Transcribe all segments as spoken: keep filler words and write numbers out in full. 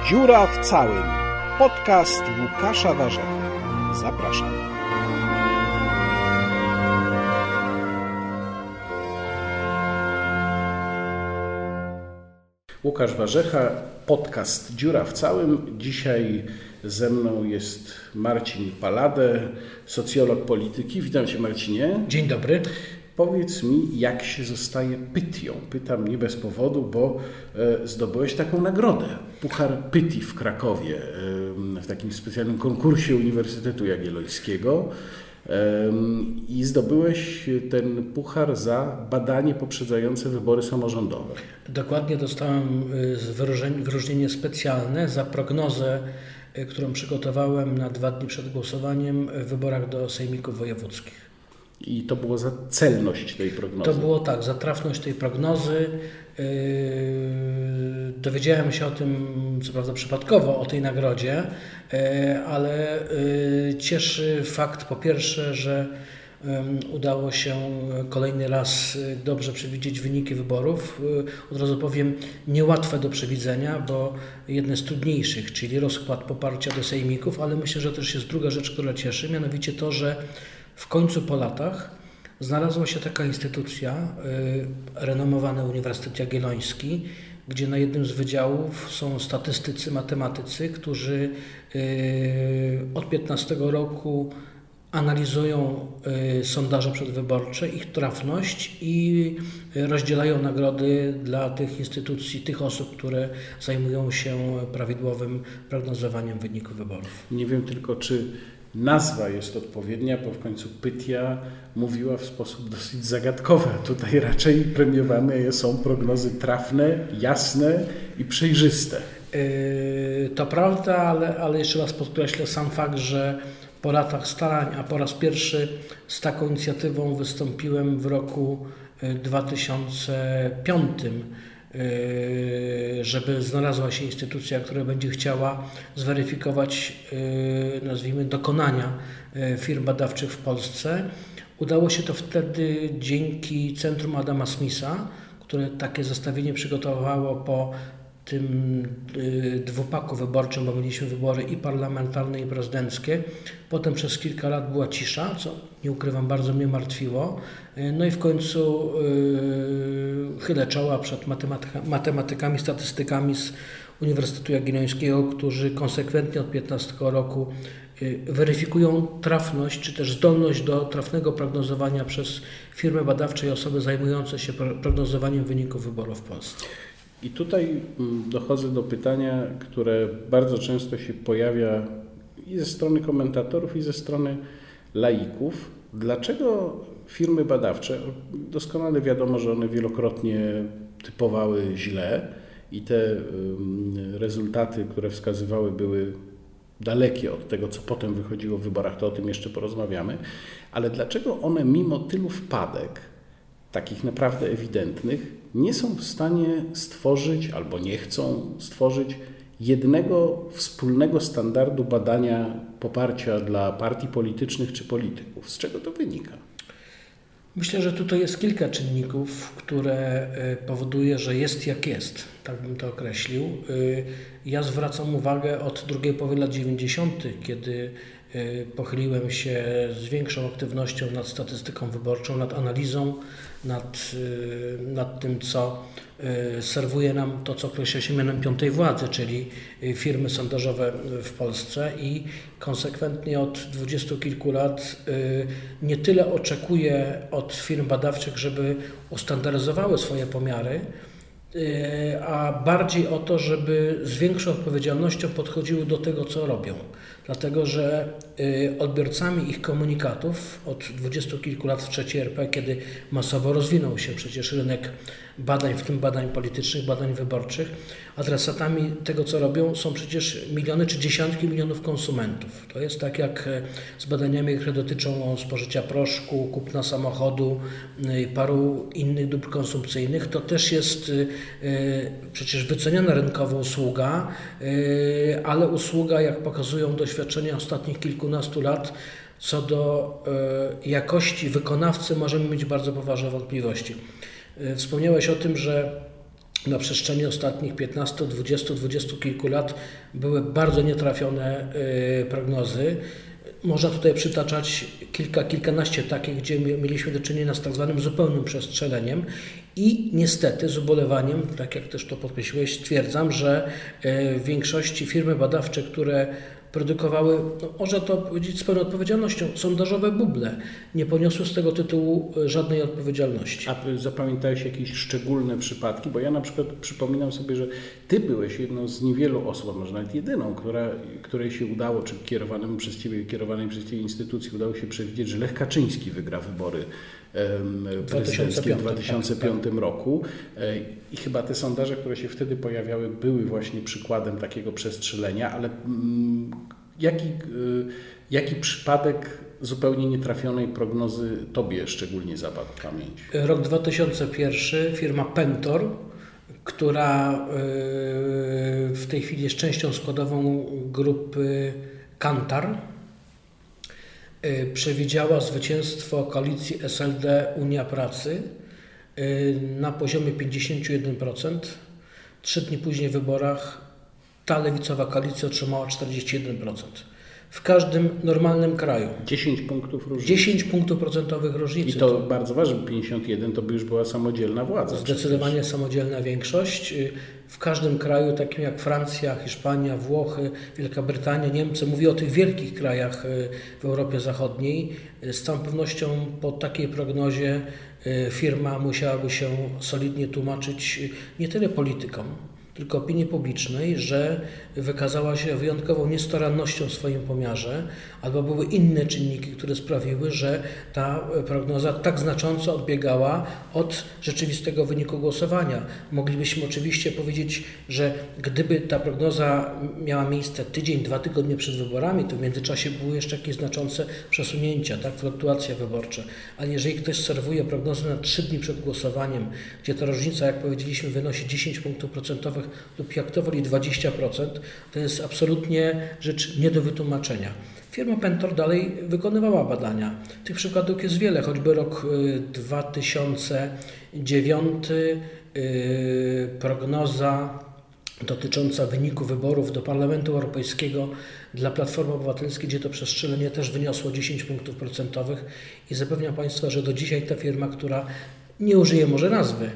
Dziura w całym. Podcast Łukasza Warzechy. Zapraszam. Łukasz Warzecha, podcast Dziura w całym. Dzisiaj ze mną jest Marcin Palade, socjolog polityki. Witam Cię, Marcinie. Dzień dobry. Powiedz mi, jak się zostaje pytią? Pytam nie bez powodu, bo e, zdobyłeś taką nagrodę. Puchar Pytii w Krakowie, e, w takim specjalnym konkursie Uniwersytetu Jagiellońskiego. E, I zdobyłeś ten puchar za badanie poprzedzające wybory samorządowe. Dokładnie, dostałem wyróżnienie, wyróżnienie specjalne za prognozę, którą przygotowałem na dwa dni przed głosowaniem w wyborach do sejmików wojewódzkich. I to było za celność tej prognozy? To było tak, za trafność tej prognozy. Yy, dowiedziałem się o tym, co prawda przypadkowo, o tej nagrodzie, yy, ale yy, cieszy fakt po pierwsze, że yy, udało się kolejny raz dobrze przewidzieć wyniki wyborów. Yy, od razu powiem, niełatwe do przewidzenia, bo jedne z trudniejszych, czyli rozkład poparcia do sejmików, ale myślę, że też jest druga rzecz, która cieszy, mianowicie to, że w końcu po latach znalazła się taka instytucja, y, renomowany Uniwersytet Jagielloński, gdzie na jednym z wydziałów są statystycy, matematycy, którzy y, od piętnastego roku analizują y, sondaże przedwyborcze, ich trafność i rozdzielają nagrody dla tych instytucji, tych osób, które zajmują się prawidłowym prognozowaniem wyników wyborów. Nie wiem tylko, czy nazwa jest odpowiednia, bo w końcu Pytia mówiła w sposób dosyć zagadkowy. Tutaj raczej premiowane są prognozy trafne, jasne i przejrzyste. Yy, to prawda, ale, ale jeszcze raz podkreślę sam fakt, że po latach starań, a po raz pierwszy z taką inicjatywą wystąpiłem w roku dwa tysiące piątym, żeby znalazła się instytucja, która będzie chciała zweryfikować, nazwijmy, dokonania firm badawczych w Polsce. Udało się to wtedy dzięki Centrum Adama Smitha, które takie zestawienie przygotowało po tym dwupaku wyborczym, bo mieliśmy wybory i parlamentarne, i prezydenckie. Potem przez kilka lat była cisza, co nie ukrywam, bardzo mnie martwiło. No i w końcu yy, chylę czoła przed matematyka, matematykami, statystykami z Uniwersytetu Jagiellońskiego, którzy konsekwentnie od piętnastego roku yy, weryfikują trafność, czy też zdolność do trafnego prognozowania przez firmy badawcze i osoby zajmujące się prognozowaniem wyników wyborów w Polsce. I tutaj dochodzę do pytania, które bardzo często się pojawia i ze strony komentatorów, i ze strony laików. Dlaczego firmy badawcze, doskonale wiadomo, że one wielokrotnie typowały źle i te rezultaty, które wskazywały, były dalekie od tego, co potem wychodziło w wyborach, to o tym jeszcze porozmawiamy, ale dlaczego one mimo tylu wpadek, takich naprawdę ewidentnych, nie są w stanie stworzyć albo nie chcą stworzyć jednego wspólnego standardu badania poparcia dla partii politycznych czy polityków? Z czego to wynika? Myślę, że tutaj jest kilka czynników, które powoduje, że jest jak jest, tak bym to określił. Ja zwracam uwagę od drugiej połowy lat dziewięćdziesiątych, kiedy pochyliłem się z większą aktywnością nad statystyką wyborczą, nad analizą, nad, nad tym, co serwuje nam to, co określa się mianem piątej władzy, czyli firmy sondażowe w Polsce, i konsekwentnie od dwudziestu kilku lat nie tyle oczekuję od firm badawczych, żeby ustandaryzowały swoje pomiary, a bardziej o to, żeby z większą odpowiedzialnością podchodziły do tego, co robią. Dlatego, że odbiorcami ich komunikatów od dwudziestu kilku lat w trzeciej R P, kiedy masowo rozwinął się przecież rynek badań, w tym badań politycznych, badań wyborczych, adresatami tego, co robią, są przecież miliony czy dziesiątki milionów konsumentów. To jest tak jak z badaniami, które dotyczą spożycia proszku, kupna samochodu i paru innych dóbr konsumpcyjnych. To też jest przecież wyceniona rynkowo usługa, ale usługa, jak pokazują doświadczenia ostatnich kilkunastu lat, co do jakości wykonawcy możemy mieć bardzo poważne wątpliwości. Wspomniałeś o tym, że na przestrzeni ostatnich piętnastu, dwudziestu, dwudziestu kilku lat były bardzo nietrafione prognozy. Można tutaj przytaczać kilka, kilkanaście takich, gdzie mieliśmy do czynienia z tak zwanym zupełnym przestrzeleniem i niestety z ubolewaniem, tak jak też to podkreśliłeś, stwierdzam, że w większości firmy badawcze, które produkowały, no można to powiedzieć z pełną odpowiedzialnością, sondażowe buble, nie poniosły z tego tytułu żadnej odpowiedzialności. A zapamiętałeś jakieś szczególne przypadki? Bo ja na przykład przypominam sobie, że Ty byłeś jedną z niewielu osób, a może nawet jedyną, która, której się udało, czy kierowanemu przez Ciebie, kierowanej przez Ciebie instytucji udało się przewidzieć, że Lech Kaczyński wygra wybory prezydenckie w dwa tysiące piątym tak, roku. I chyba te sondaże, które się wtedy pojawiały, były właśnie przykładem takiego przestrzelenia, ale jaki, jaki przypadek zupełnie nietrafionej prognozy Tobie szczególnie zapadł w pamięć? Rok dwa tysiące pierwszy, firma Pentor, która w tej chwili jest częścią składową grupy Kantar, przewidziała zwycięstwo koalicji S L D Unia Pracy na poziomie pięćdziesiąt jeden procent. Trzy dni później w wyborach ta lewicowa koalicja otrzymała czterdzieści jeden procent. W każdym normalnym kraju. dziesięć punktów różnicy. dziesięć punktów procentowych różnicy. I to bardzo ważne, pięćdziesiąt jeden to by już była samodzielna władza. Zdecydowanie przecież. Samodzielna większość. W każdym kraju, takim jak Francja, Hiszpania, Włochy, Wielka Brytania, Niemcy, mówię o tych wielkich krajach w Europie Zachodniej, z całą pewnością po takiej prognozie firma musiałaby się solidnie tłumaczyć nie tyle politykom, tylko opinii publicznej, że wykazała się wyjątkową niestarannością w swoim pomiarze, albo były inne czynniki, które sprawiły, że ta prognoza tak znacząco odbiegała od rzeczywistego wyniku głosowania. Moglibyśmy oczywiście powiedzieć, że gdyby ta prognoza miała miejsce tydzień, dwa tygodnie przed wyborami, to w międzyczasie były jeszcze jakieś znaczące przesunięcia, tak, fluktuacje wyborcze. Ale jeżeli ktoś serwuje prognozę na trzy dni przed głosowaniem, gdzie ta różnica, jak powiedzieliśmy, wynosi dziesięć punktów procentowych lub jak to woli dwadzieścia procent, to jest absolutnie rzecz nie do wytłumaczenia. Firma Pentor dalej wykonywała badania. Tych przykładów jest wiele, choćby rok dwa tysiące dziewiąty, yy, prognoza dotycząca wyniku wyborów do Parlamentu Europejskiego dla Platformy Obywatelskiej, gdzie to przestrzelenie też wyniosło dziesięć punktów procentowych i zapewniam Państwa, że do dzisiaj ta firma, która nie użyję może nazwy,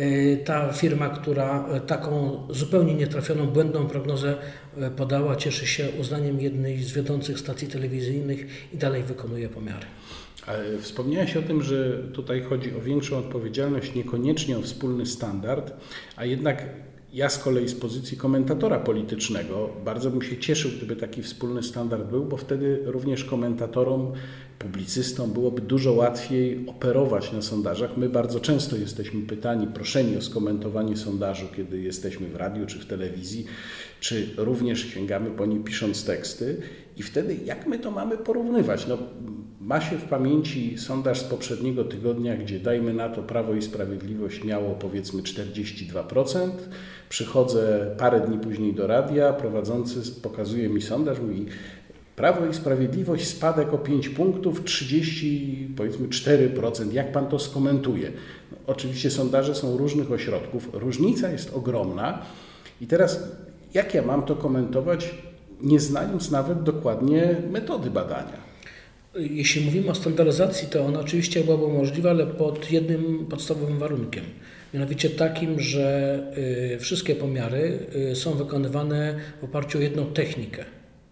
ta firma, która taką zupełnie nietrafioną, błędną prognozę podała, cieszy się uznaniem jednej z wiodących stacji telewizyjnych i dalej wykonuje pomiary. Ale wspomniałeś o tym, że tutaj chodzi o większą odpowiedzialność, niekoniecznie o wspólny standard, a jednak ja z kolei z pozycji komentatora politycznego bardzo bym się cieszył, gdyby taki wspólny standard był, bo wtedy również komentatorom, publicystom byłoby dużo łatwiej operować na sondażach. My bardzo często jesteśmy pytani, proszeni o skomentowanie sondażu, kiedy jesteśmy w radiu czy w telewizji, czy również sięgamy po nie pisząc teksty i wtedy jak my to mamy porównywać? No, ma się w pamięci sondaż z poprzedniego tygodnia, gdzie dajmy na to Prawo i Sprawiedliwość miało powiedzmy czterdzieści dwa procent. Przychodzę parę dni później do radia, prowadzący pokazuje mi sondaż, mówi Prawo i Sprawiedliwość spadek o pięć punktów, trzydzieści powiedzmy cztery procent. Jak Pan to skomentuje? No, oczywiście sondaże są różnych ośrodków, różnica jest ogromna i teraz jak ja mam to komentować, nie znając nawet dokładnie metody badania? Jeśli mówimy o standaryzacji, to ona oczywiście byłaby możliwa, ale pod jednym podstawowym warunkiem. Mianowicie takim, że y, wszystkie pomiary y, są wykonywane w oparciu o jedną technikę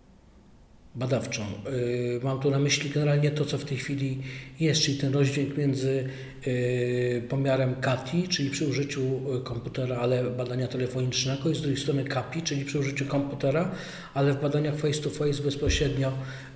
badawczą. Y, mam tu na myśli generalnie to, co w tej chwili jest, czyli ten rozdźwięk między y, pomiarem C A T I, czyli przy użyciu komputera, ale badania telefonicznego, i z drugiej strony C A P I, czyli przy użyciu komputera, ale w badaniach face to face bezpośrednio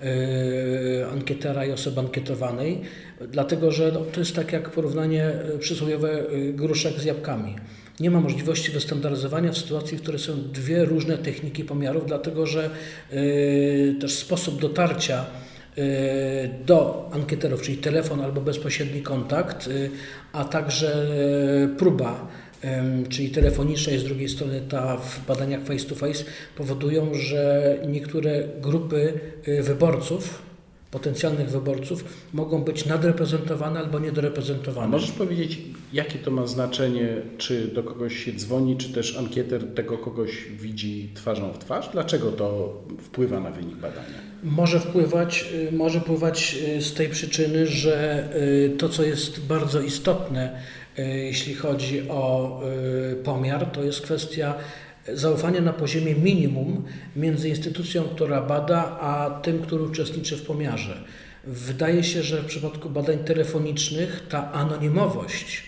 y, ankietera i osoby ankietowanej, dlatego że no, to jest tak jak porównanie przysłowiowe gruszek z jabłkami. Nie ma możliwości wystandaryzowania w sytuacji, w której są dwie różne techniki pomiarów, dlatego że y, też sposób dotarcia y, do ankieterów, czyli telefon albo bezpośredni kontakt, y, a także y, próba, y, czyli telefoniczna i z drugiej strony ta w badaniach face to face, powodują, że niektóre grupy y, wyborców, potencjalnych wyborców mogą być nadreprezentowane albo niedoreprezentowane. A możesz powiedzieć, jakie to ma znaczenie, czy do kogoś się dzwoni, czy też ankieter tego kogoś widzi twarzą w twarz? Dlaczego to wpływa na wynik badania? Może wpływać, może wpływać z tej przyczyny, że to, co jest bardzo istotne, jeśli chodzi o pomiar, to jest kwestia zaufania na poziomie minimum między instytucją, która bada, a tym, który uczestniczy w pomiarze. Wydaje się, że w przypadku badań telefonicznych ta anonimowość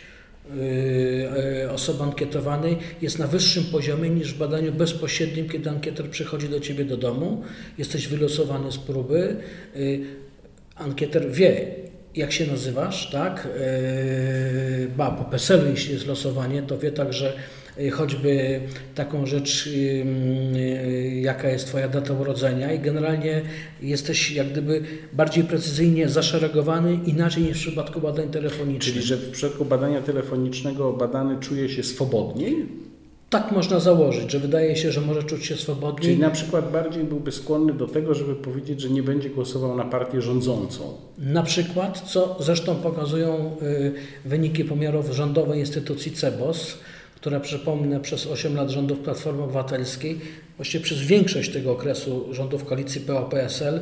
osoby ankietowanej jest na wyższym poziomie niż w badaniu bezpośrednim, kiedy ankieter przychodzi do Ciebie do domu, jesteś wylosowany z próby, ankieter wie, jak się nazywasz, tak? Ba, po PESEL-u, jeśli jest losowanie, to wie także choćby taką rzecz, jaka jest Twoja data urodzenia i generalnie jesteś jak gdyby bardziej precyzyjnie zaszeregowany, inaczej niż w przypadku badań telefonicznych. Czyli, że w przypadku badania telefonicznego badany czuje się swobodniej? Tak można założyć, że wydaje się, że może czuć się swobodniej. Czyli na przykład bardziej byłby skłonny do tego, żeby powiedzieć, że nie będzie głosował na partię rządzącą. Na przykład, co zresztą pokazują wyniki pomiarów rządowej instytucji CEBOS, która, przypomnę, przez osiem lat rządów Platformy Obywatelskiej, właściwie przez większość tego okresu rządów koalicji P O P S L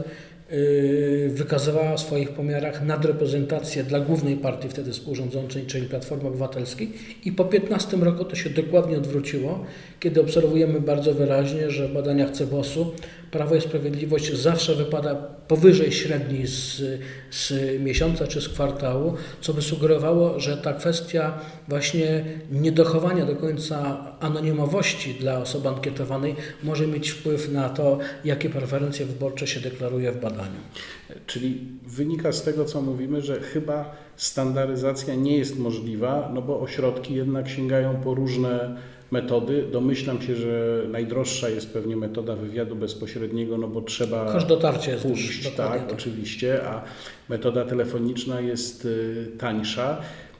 yy, wykazywała w swoich pomiarach nadreprezentację dla głównej partii wtedy współrządzącej, czyli Platformy Obywatelskiej, i po piętnastym roku to się dokładnie odwróciło, kiedy obserwujemy bardzo wyraźnie, że w badaniach CEBOS-u Prawo i Sprawiedliwość zawsze wypada powyżej średniej z, z miesiąca czy z kwartału, co by sugerowało, że ta kwestia właśnie niedochowania do końca anonimowości dla osoby ankietowanej może mieć wpływ na to, jakie preferencje wyborcze się deklaruje w badaniu. Czyli wynika z tego, co mówimy, że chyba standaryzacja nie jest możliwa, no bo ośrodki jednak sięgają po różne metody. Domyślam się, że najdroższa jest pewnie metoda wywiadu bezpośredniego, no bo trzeba Koszt dotarcia jest pójść, już tak, tak, oczywiście, a metoda telefoniczna jest y, tańsza.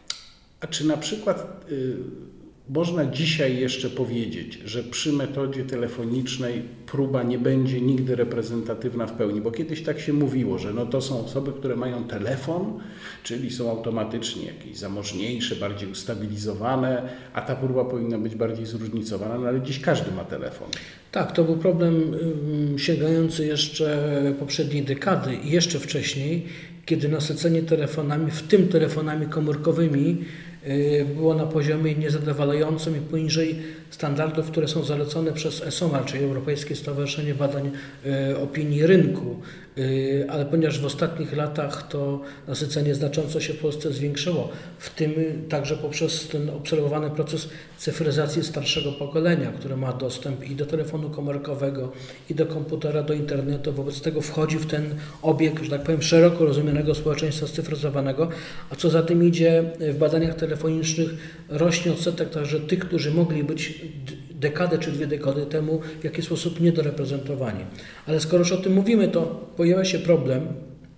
A czy na przykład y, można dzisiaj jeszcze powiedzieć, że przy metodzie telefonicznej próba nie będzie nigdy reprezentatywna w pełni? Bo kiedyś tak się mówiło, że no to są osoby, które mają telefon, czyli są automatycznie jakieś zamożniejsze, bardziej ustabilizowane, a ta próba powinna być bardziej zróżnicowana, no ale dziś każdy ma telefon. Tak, to był problem sięgający jeszcze poprzedniej dekady i jeszcze wcześniej, kiedy nasycenie telefonami, w tym telefonami komórkowymi, było na poziomie niezadowalającym i poniżej standardów, które są zalecone przez ESOMAR, czyli Europejskie Stowarzyszenie Badań Opinii Rynku. Ale ponieważ w ostatnich latach to nasycenie znacząco się w Polsce zwiększyło, w tym także poprzez ten obserwowany proces cyfryzacji starszego pokolenia, które ma dostęp i do telefonu komórkowego, i do komputera, do internetu, wobec tego wchodzi w ten obieg, że tak powiem, szeroko rozumianego społeczeństwa scyfryzowanego, a co za tym idzie, w badaniach telefonicznych rośnie odsetek także tych, którzy mogli być dekadę czy dwie dekady temu w jakiś sposób niedoreprezentowani. Ale skoro już o tym mówimy, to pojawia się problem,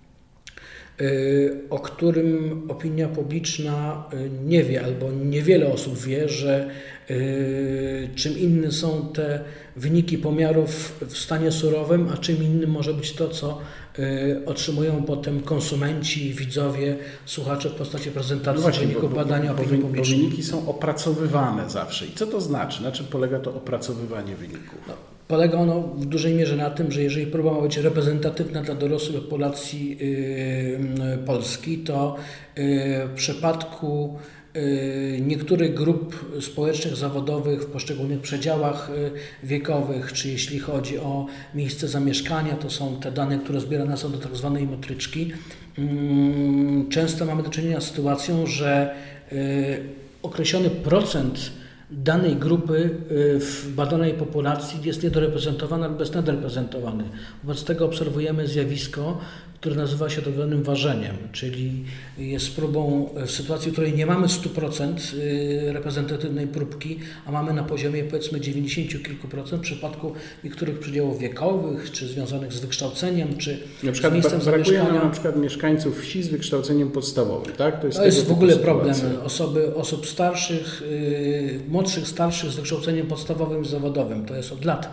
o którym opinia publiczna nie wie, albo niewiele osób wie, że czym innym są te wyniki pomiarów w stanie surowym, a czym innym może być to, co otrzymują potem konsumenci, widzowie, słuchacze w postaci prezentacji no właśnie, wyników bo, badania bo, opinii bo, publicznej. Bo wyniki są opracowywane zawsze. I co to znaczy? Na czym polega to opracowywanie wyników? No, polega ono w dużej mierze na tym, że jeżeli próba ma być reprezentatywna dla dorosłej populacji yy, Polski, to yy, w przypadku niektórych grup społecznych, zawodowych w poszczególnych przedziałach wiekowych, czy jeśli chodzi o miejsce zamieszkania, to są te dane, które zbierane są do tak zwanej metryczki. Często mamy do czynienia z sytuacją, że określony procent danej grupy w badanej populacji jest niedoreprezentowany albo jest nadreprezentowany. Wobec tego obserwujemy zjawisko, które nazywa się tak zwanym ważeniem, czyli jest próbą w sytuacji, w której nie mamy stu procent reprezentatywnej próbki, a mamy na poziomie powiedzmy dziewięćdziesięciu kilku procent w przypadku niektórych przedziałów wiekowych, czy związanych z wykształceniem, czy na przykład z miejscem brakuje zamieszkania. Nam na przykład mieszkańców wsi z wykształceniem podstawowym, tak? To jest, to jest w ogóle problem osoby, osób starszych, yy, młodszych, starszych z wykształceniem podstawowym i zawodowym. To jest od lat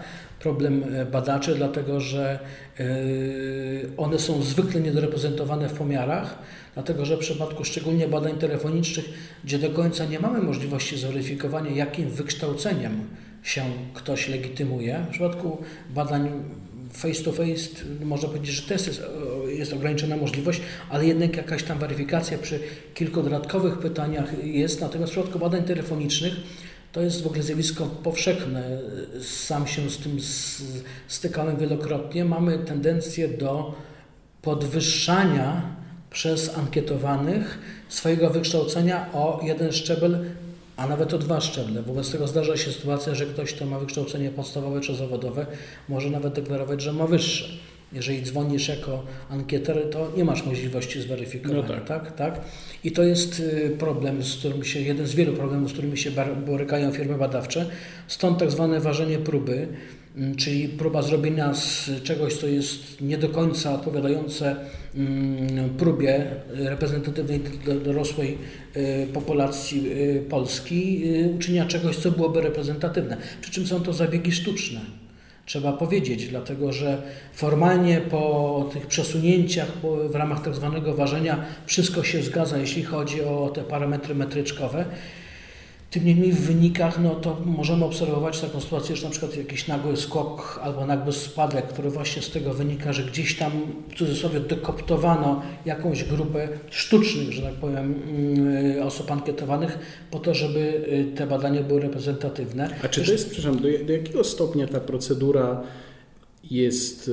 problem badaczy, dlatego że one są zwykle niedoreprezentowane w pomiarach, dlatego że w przypadku szczególnie badań telefonicznych, gdzie do końca nie mamy możliwości zweryfikowania, jakim wykształceniem się ktoś legitymuje, w przypadku badań face to face można powiedzieć, że też jest, jest ograniczona możliwość, ale jednak jakaś tam weryfikacja przy kilku dodatkowych pytaniach jest, natomiast w przypadku badań telefonicznych to jest w ogóle zjawisko powszechne. Sam się z tym stykałem wielokrotnie. Mamy tendencję do podwyższania przez ankietowanych swojego wykształcenia o jeden szczebel, a nawet o dwa szczeble. Wobec tego zdarza się sytuacja, że ktoś, kto ma wykształcenie podstawowe czy zawodowe, może nawet deklarować, że ma wyższe. Jeżeli dzwonisz jako ankieter, to nie masz możliwości zweryfikowania. No tak. Tak, tak. I to jest problem, z którym się, jeden z wielu problemów, z którymi się borykają firmy badawcze. Stąd tak zwane ważenie próby, czyli próba zrobienia z czegoś, co jest nie do końca odpowiadające próbie reprezentatywnej dorosłej populacji Polski, uczynienia czegoś, co byłoby reprezentatywne. Przy czym są to zabiegi sztuczne. Trzeba powiedzieć, dlatego że formalnie po tych przesunięciach w ramach tak zwanego ważenia wszystko się zgadza, jeśli chodzi o te parametry metryczkowe. Tym niemniej w wynikach no, to możemy obserwować taką sytuację, że na przykład jakiś nagły skok albo nagły spadek, który właśnie z tego wynika, że gdzieś tam w cudzysłowie dokoptowano jakąś grupę sztucznych, że tak powiem, osób ankietowanych po to, żeby te badania były reprezentatywne. A czy to jest, przepraszam, do, do jakiego stopnia ta procedura jest,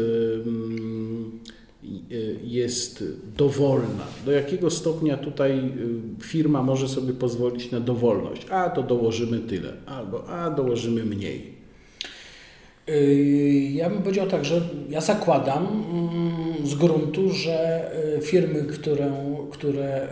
jest dowolna? Do jakiego stopnia tutaj firma może sobie pozwolić na dowolność? A to dołożymy tyle, albo a dołożymy mniej. Ja bym powiedział tak, że ja zakładam z gruntu, że firmy, które, które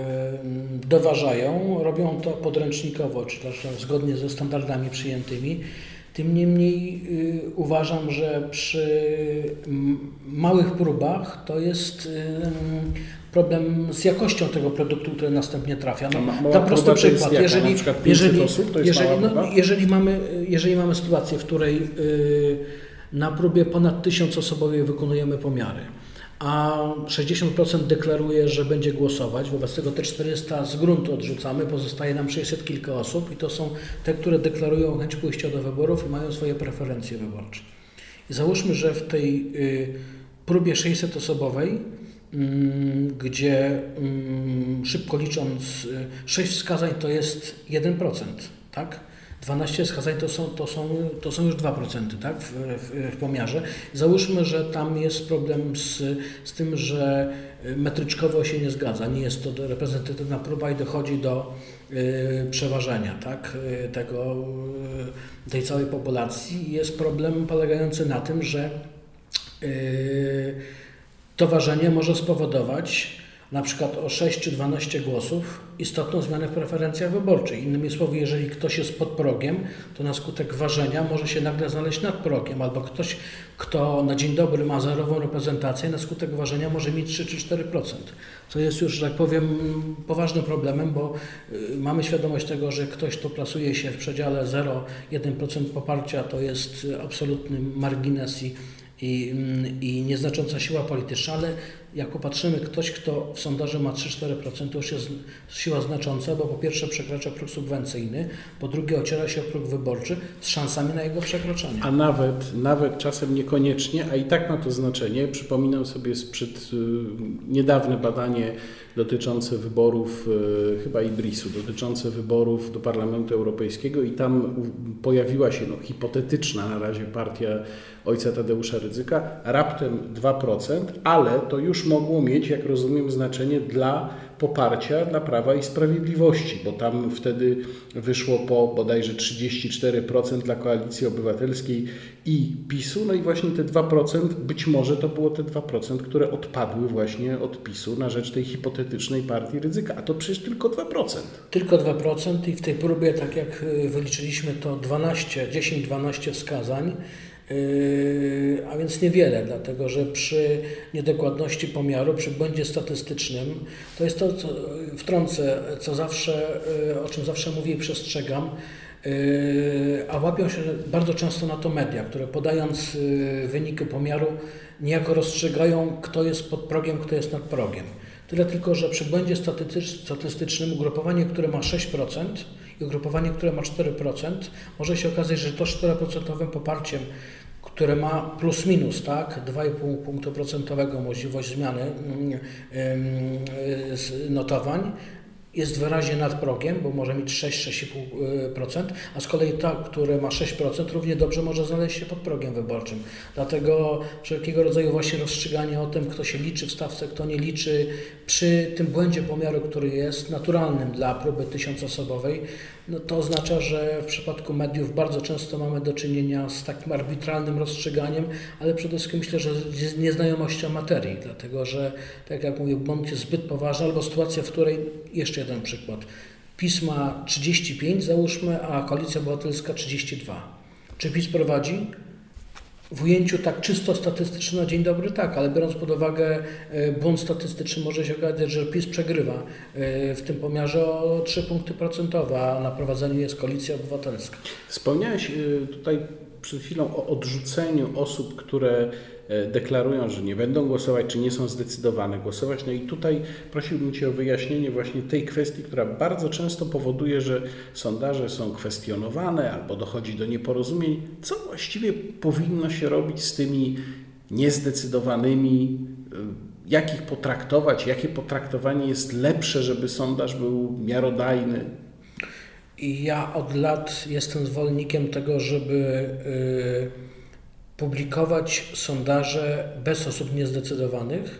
doważają, robią to podręcznikowo, czy też zgodnie ze standardami przyjętymi. Tym niemniej y, uważam, że przy m, małych próbach to jest y, problem z jakością tego produktu, który następnie trafia. No, dam prosty przykład. Jeżeli, jeżeli, osób, to jest jeżeli, no, jeżeli, mamy, jeżeli mamy sytuację, w której y, na próbie ponad tysiącosobowej wykonujemy pomiary, a sześćdziesiąt procent deklaruje, że będzie głosować, wobec tego te czterysta z gruntu odrzucamy, pozostaje nam sześćset kilka osób i to są te, które deklarują chęć pójścia do wyborów i mają swoje preferencje wyborcze. I załóżmy, że w tej y, próbie sześćsetosobowej, y, gdzie y, szybko licząc y, sześć wskazań to jest jeden procent, tak? dwanaście wskazań to są, to są, to są już dwa procent, tak, w, w, w pomiarze. Załóżmy, że tam jest problem z, z tym, że metryczkowo się nie zgadza, nie jest to reprezentatywna próba i dochodzi do y, przeważenia, tak, tego, y, tej całej populacji. Jest problem polegający na tym, że y, to ważenie może spowodować na przykład o sześć czy dwanaście głosów istotną zmianę w preferencjach wyborczych. Innymi słowy, jeżeli ktoś jest pod progiem, to na skutek ważenia może się nagle znaleźć nad progiem, albo ktoś, kto na dzień dobry ma zerową reprezentację, na skutek ważenia może mieć trzy czy cztery procent. Co jest już, że tak powiem, poważnym problemem, bo mamy świadomość tego, że ktoś, kto plasuje się w przedziale zero do jeden procent poparcia, to jest absolutny margines i I, i nieznacząca siła polityczna, ale jak popatrzymy, ktoś, kto w sondażu ma trzy do czterech procent, to już jest siła znacząca, bo po pierwsze przekracza próg subwencyjny, po drugie ociera się o próg wyborczy z szansami na jego przekroczenie. A nawet, nawet czasem niekoniecznie, a i tak ma to znaczenie. Przypominam sobie sprzed y, niedawne badanie dotyczące wyborów, y, chyba I B R I S-u, dotyczące wyborów do Parlamentu Europejskiego i tam u, pojawiła się no, hipotetyczna na razie partia ojca Tadeusza Rydzyka, raptem dwa procent, ale to już mogło mieć, jak rozumiem, znaczenie dla poparcia dla Prawa i Sprawiedliwości, bo tam wtedy wyszło po bodajże trzydzieści cztery procent dla Koalicji Obywatelskiej i PiSu, no i właśnie te dwa procent, być może to było te dwa procent, które odpadły właśnie od PiSu na rzecz tej hipotetycznej partii Rydzyka, a to przecież tylko dwa procent. Tylko dwa procent i w tej próbie, tak jak wyliczyliśmy, to dwanaście, dziesięć dwanaście wskazań, Yy, a więc niewiele, dlatego że przy niedokładności pomiaru, przy błędzie statystycznym, to jest to, co wtrącę, co zawsze, yy, o czym zawsze mówię i przestrzegam, a łapią się bardzo często na to media, które podając wyniki pomiaru niejako rozstrzygają, kto jest pod progiem, kto jest nad progiem. Tyle tylko, że przy błędzie statystycznym ugrupowanie, które ma sześć procent i ugrupowanie, które ma cztery procent, może się okazać, że to cztery procent poparciem, które ma plus minus, tak, dwa i pół punktu procentowego możliwość zmiany notowań, jest wyraźnie nad progiem, bo może mieć sześć do sześciu i pół procent, a z kolei ta, które ma sześć procent, równie dobrze może znaleźć się pod progiem wyborczym. Dlatego wszelkiego rodzaju właśnie rozstrzyganie o tym, kto się liczy w stawce, kto nie liczy, przy tym błędzie pomiaru, który jest naturalnym dla próby tysiącosobowej, no to oznacza, że w przypadku mediów bardzo często mamy do czynienia z takim arbitralnym rozstrzyganiem, ale przede wszystkim myślę, że z nieznajomością materii, dlatego że, tak jak mówię, błąd jest zbyt poważny, albo sytuacja, w której, jeszcze jeden przykład, PiS ma trzydzieści pięć, załóżmy, a Koalicja Obywatelska trzydzieści dwa. Czy PiS prowadzi? W ujęciu tak czysto statystycznym na dzień dobry tak, ale biorąc pod uwagę błąd statystyczny, może się okazać, że PiS przegrywa w tym pomiarze o trzy punkty procentowe, a na prowadzeniu jest Koalicja Obywatelska. Wspomniałeś tutaj przed chwilą o odrzuceniu osób, które deklarują, że nie będą głosować, czy nie są zdecydowane głosować. No i tutaj prosiłbym Cię o wyjaśnienie właśnie tej kwestii, która bardzo często powoduje, że sondaże są kwestionowane albo dochodzi do nieporozumień. Co właściwie powinno się robić z tymi niezdecydowanymi? Jak ich potraktować? Jakie potraktowanie jest lepsze, żeby sondaż był miarodajny? I ja od lat jestem zwolennikiem tego, żeby yy, publikować sondaże bez osób niezdecydowanych.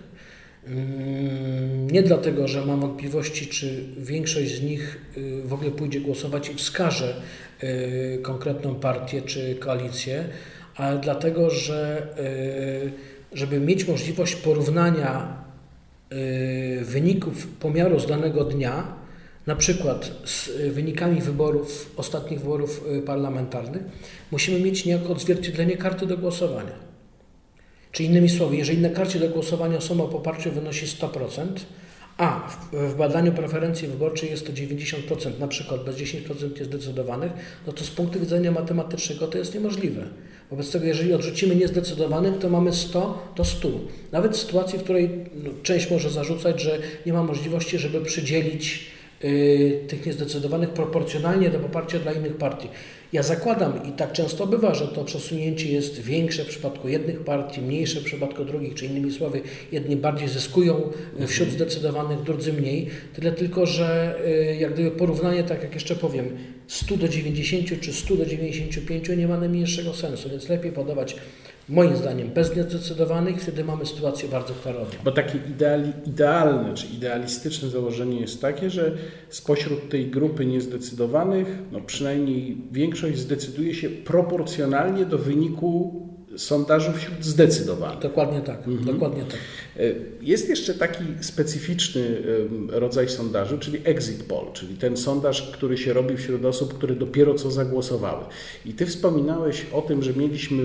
Nie dlatego, że mam wątpliwości, czy większość z nich w ogóle pójdzie głosować i wskaże konkretną partię czy koalicję, ale dlatego, że żeby mieć możliwość porównania wyników pomiaru z danego dnia, na przykład z wynikami wyborów, ostatnich wyborów parlamentarnych, musimy mieć niejako odzwierciedlenie karty do głosowania. Czyli innymi słowy, jeżeli na karcie do głosowania suma poparcia wynosi sto procent, a w, w badaniu preferencji wyborczej jest to dziewięćdziesiąt procent, na przykład bez dziesięć procent niezdecydowanych, no to z punktu widzenia matematycznego to jest niemożliwe. Wobec tego, jeżeli odrzucimy niezdecydowanych, to mamy sto do stu. Nawet w sytuacji, w której no, część może zarzucać, że nie ma możliwości, żeby przydzielić tych niezdecydowanych proporcjonalnie do poparcia dla innych partii. Ja zakładam, i tak często bywa, że to przesunięcie jest większe w przypadku jednych partii, mniejsze w przypadku drugich, czy innymi słowy, jedni bardziej zyskują wśród zdecydowanych, drudzy mniej. Tyle tylko, że jak gdyby porównanie, tak jak jeszcze powiem, stu do dziewięćdziesięciu czy stu do dziewięćdziesięciu pięciu nie ma najmniejszego sensu, więc lepiej podawać moim zdaniem bez niezdecydowanych, wtedy mamy sytuację bardzo klarowną. Bo takie ideali, idealne czy idealistyczne założenie jest takie, że spośród tej grupy niezdecydowanych, no przynajmniej większość zdecyduje się proporcjonalnie do wyniku sondażu wśród zdecydowanych. Dokładnie tak, mhm. dokładnie tak. Jest jeszcze taki specyficzny rodzaj sondażu, czyli exit poll, czyli ten sondaż, który się robi wśród osób, które dopiero co zagłosowały. I Ty wspominałeś o tym, że mieliśmy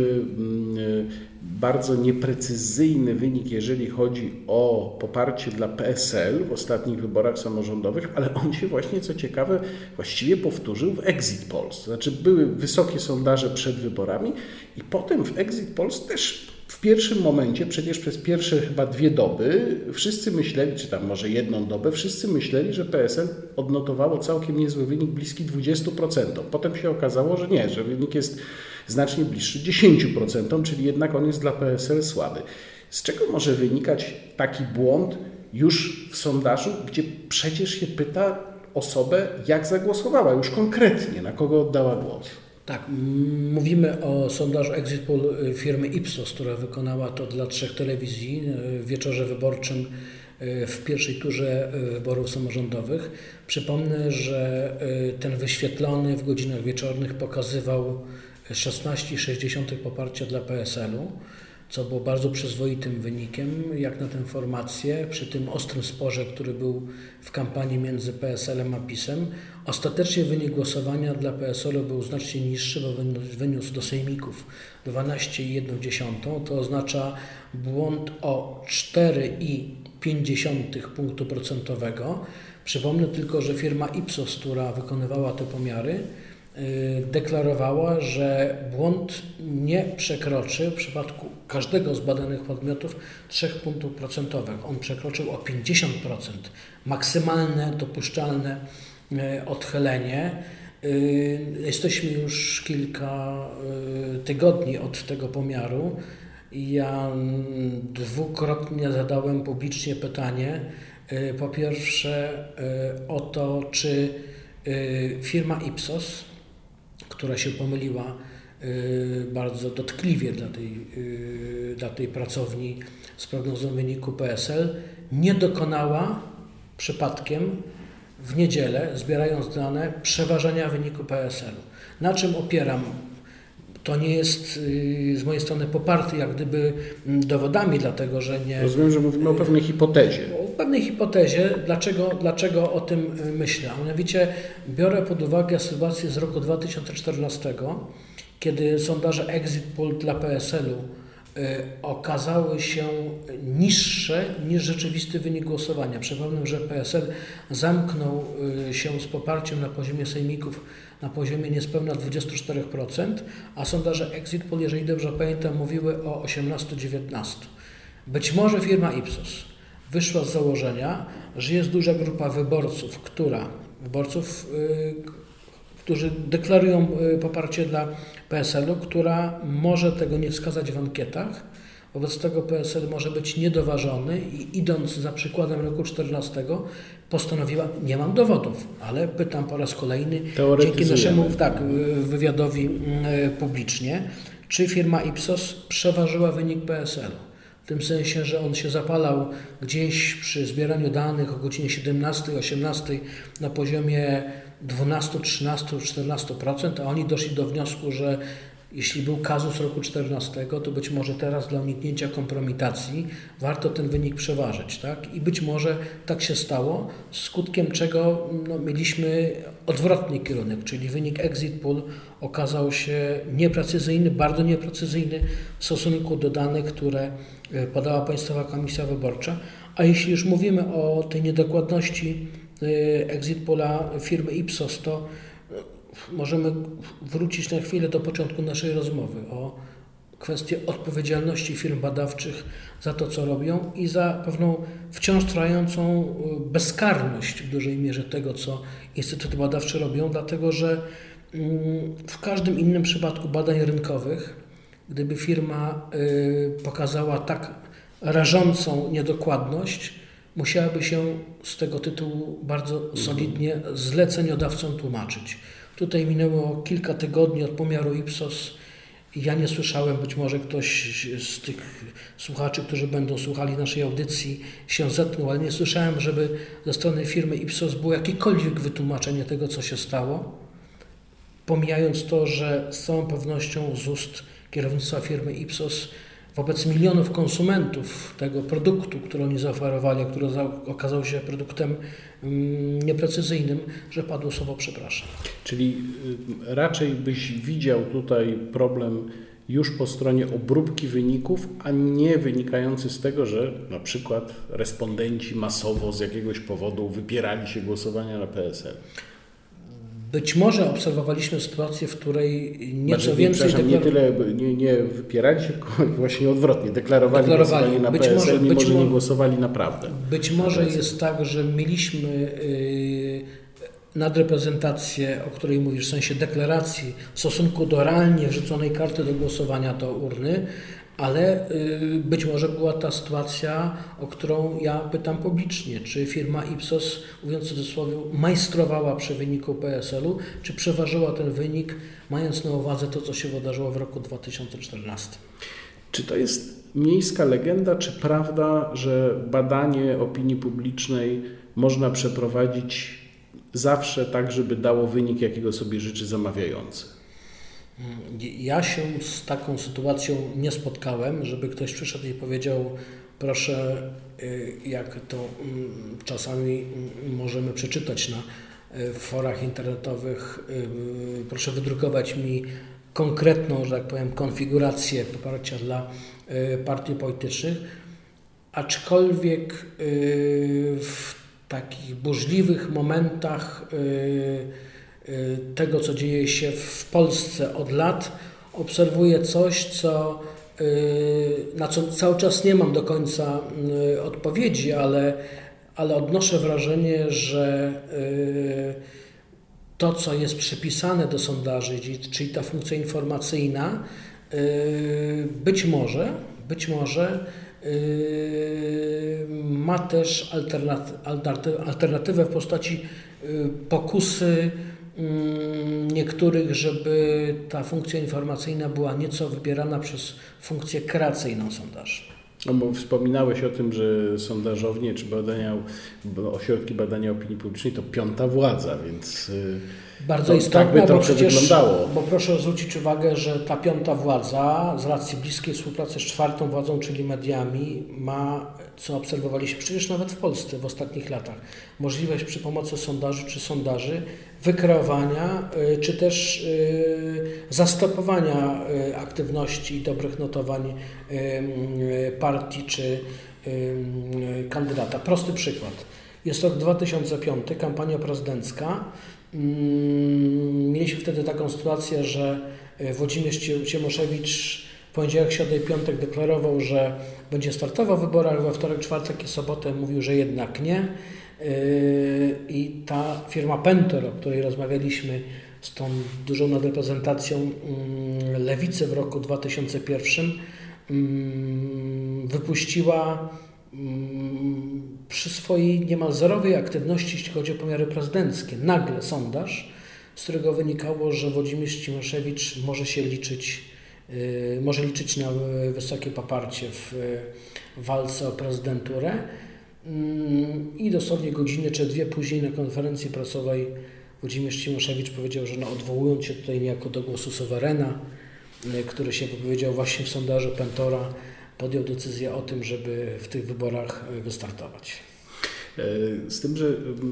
bardzo nieprecyzyjny wynik, jeżeli chodzi o poparcie dla P S L w ostatnich wyborach samorządowych, ale on się właśnie, co ciekawe, właściwie powtórzył w exit polls. To znaczy były wysokie sondaże przed wyborami i potem w exit polls też w pierwszym momencie, przecież przez pierwsze chyba dwie doby, wszyscy myśleli, czy tam może jedną dobę, wszyscy myśleli, że P S L odnotowało całkiem niezły wynik, bliski dwudziestu procentom. Potem się okazało, że nie, że wynik jest znacznie bliższy dziesięciu procentom, czyli jednak on jest dla P S L słaby. Z czego może wynikać taki błąd już w sondażu, gdzie przecież się pyta osobę, jak zagłosowała, już konkretnie, na kogo oddała głos? Tak, mówimy o sondażu Exit Poll firmy Ipsos, która wykonała to dla trzech telewizji w wieczorze wyborczym w pierwszej turze wyborów samorządowych. Przypomnę, że ten wyświetlony w godzinach wieczornych pokazywał szesnaście przecinek sześć poparcia dla P S L-u, co było bardzo przyzwoitym wynikiem, jak na tę formację, przy tym ostrym sporze, który był w kampanii między P S L-em a PiS-em. Ostatecznie wynik głosowania dla P S L-u był znacznie niższy, bo wyniósł do sejmików dwanaście przecinek jeden. To oznacza błąd o cztery przecinek pięć punktu procentowego. Przypomnę tylko, że firma Ipsos, która wykonywała te pomiary, deklarowała, że błąd nie przekroczy w przypadku każdego z badanych podmiotów trzech punktów procentowych. On przekroczył o pięćdziesiąt procent maksymalne dopuszczalne odchylenie. Jesteśmy już kilka tygodni od tego pomiaru. Ja dwukrotnie zadałem publicznie pytanie, po pierwsze o to, czy firma Ipsos, która się pomyliła bardzo dotkliwie dla tej, dla tej pracowni z prognozą wyniku P S L, nie dokonała przypadkiem w niedzielę, zbierając dane, przeważenia wyniku P S L-u. Na czym opieram? To nie jest z mojej strony poparte jak gdyby dowodami, dlatego że nie... Rozumiem, że mówimy o pewnej hipotezie. O pewnej hipotezie. Dlaczego, dlaczego o tym myślę? A mianowicie biorę pod uwagę sytuację z roku dwa tysiące czternastego, kiedy sondaże Exit Poll dla P S L-u okazały się niższe niż rzeczywisty wynik głosowania. Przypomnę, że P S L zamknął się z poparciem na poziomie sejmików na poziomie niespełna dwadzieścia cztery procent, a sondaże Exit Poll, jeżeli dobrze pamiętam, mówiły o osiemnaście do dziewiętnastu. Być może firma Ipsos wyszła z założenia, że jest duża grupa wyborców, która, wyborców, yy, którzy deklarują poparcie dla P S L-u, która może tego nie wskazać w ankietach. Wobec tego P S L może być niedoważony i idąc za przykładem roku czternastego postanowiła, nie mam dowodów, ale pytam po raz kolejny dzięki naszemu tak, wywiadowi publicznie, czy firma Ipsos przeważyła wynik P S L-u. W tym sensie, że on się zapalał gdzieś przy zbieraniu danych o godzinie siedemnastej, osiemnastej na poziomie dwanaście, trzynaście, czternaście procent, a oni doszli do wniosku, że jeśli był kazus roku czternastego, to być może teraz dla uniknięcia kompromitacji warto ten wynik przeważyć. Tak? I być może tak się stało, skutkiem czego no, mieliśmy odwrotny kierunek, czyli wynik Exit Poll okazał się nieprecyzyjny, bardzo nieprecyzyjny w stosunku do danych, które podała Państwowa Komisja Wyborcza. A jeśli już mówimy o tej niedokładności Exit Polla firmy Ipsos, to możemy wrócić na chwilę do początku naszej rozmowy o kwestię odpowiedzialności firm badawczych za to, co robią i za pewną wciąż trwającą bezkarność w dużej mierze tego, co instytuty badawcze robią, dlatego że w każdym innym przypadku badań rynkowych, gdyby firma pokazała tak rażącą niedokładność, musiałaby się z tego tytułu bardzo solidnie zleceniodawcom tłumaczyć. Tutaj minęło kilka tygodni od pomiaru Ipsos. Ja nie słyszałem, być może ktoś z tych słuchaczy, którzy będą słuchali naszej audycji, się zetknął, ale nie słyszałem, żeby ze strony firmy Ipsos było jakiekolwiek wytłumaczenie tego, co się stało. Pomijając to, że z całą pewnością z ust kierownictwa firmy Ipsos wobec milionów konsumentów tego produktu, który oni zaoferowali, który okazał się produktem nieprecyzyjnym, że padło słowo przepraszam. Czyli raczej byś widział tutaj problem już po stronie obróbki wyników, a nie wynikający z tego, że na przykład respondenci masowo z jakiegoś powodu wypierali się głosowania na P S L. Być może obserwowaliśmy sytuację, w której nieco znaczy, więcej... Deklar... Nie tyle nie, nie wypierali się, tylko właśnie odwrotnie. Deklarowali, deklarowali. głosowanie na być P S L, może, mimo że nie głosowali naprawdę. Być może jest tak, że mieliśmy yy, nadreprezentację, o której mówisz, w sensie deklaracji w stosunku do realnie wrzuconej karty do głosowania do urny, ale yy, być może była ta sytuacja, o którą ja pytam publicznie, czy firma Ipsos, mówiąc w cudzysłowie, majstrowała przy wyniku P S L-u, czy przeważyła ten wynik, mając na uwadze to, co się wydarzyło w roku dwa tysiące czternastym. Czy to jest miejska legenda, czy prawda, że badanie opinii publicznej można przeprowadzić zawsze tak, żeby dało wynik, jakiego sobie życzy zamawiający? Ja się z taką sytuacją nie spotkałem, żeby ktoś przyszedł i powiedział, proszę, jak to czasami możemy przeczytać na forach internetowych, proszę wydrukować mi konkretną, że tak powiem, konfigurację poparcia dla partii politycznych, aczkolwiek w takich burzliwych momentach tego, co dzieje się w Polsce od lat, obserwuję coś, co, na co cały czas nie mam do końca odpowiedzi, ale, ale odnoszę wrażenie, że to, co jest przypisane do sondaży, czyli ta funkcja informacyjna, być może, być może ma też alternatywę w postaci pokusy niektórych, żeby ta funkcja informacyjna była nieco wybierana przez funkcję kreacyjną sondaży. No bo wspominałeś o tym, że sondażownie czy badania, ośrodki badania opinii publicznej to piąta władza, więc bardzo istotna, tak by to przecież wyglądało. Bo proszę zwrócić uwagę, że ta piąta władza z racji bliskiej współpracy z czwartą władzą, czyli mediami, ma, co obserwowaliśmy przecież nawet w Polsce w ostatnich latach, możliwość przy pomocy sondaży czy sondaży wykreowania czy też zastopowania aktywności i dobrych notowań partii czy kandydata. Prosty przykład. Jest rok dwa tysiące piąty, kampania prezydencka. Mieliśmy wtedy taką sytuację, że Włodzimierz Cimoszewicz w poniedziałek, środę i piątek deklarował, że będzie startował w wyborach, ale we wtorek, czwartek i sobotę mówił, że jednak nie. I ta firma Pentor, o której rozmawialiśmy, z tą dużą nadreprezentacją lewicy w roku dwa tysiące pierwszym, wypuściła przy swojej niemal zerowej aktywności, jeśli chodzi o pomiary prezydenckie, nagle sondaż, z którego wynikało, że Włodzimierz Cimoszewicz może się liczyć, może liczyć na wysokie poparcie w walce o prezydenturę. I dosłownie godzinę czy dwie później na konferencji prasowej Włodzimierz Cimoszewicz powiedział, że no, odwołując się tutaj niejako do głosu suwerena, który się wypowiedział właśnie w sondażu Pentora, podjął decyzję o tym, żeby w tych wyborach wystartować. Z tym, że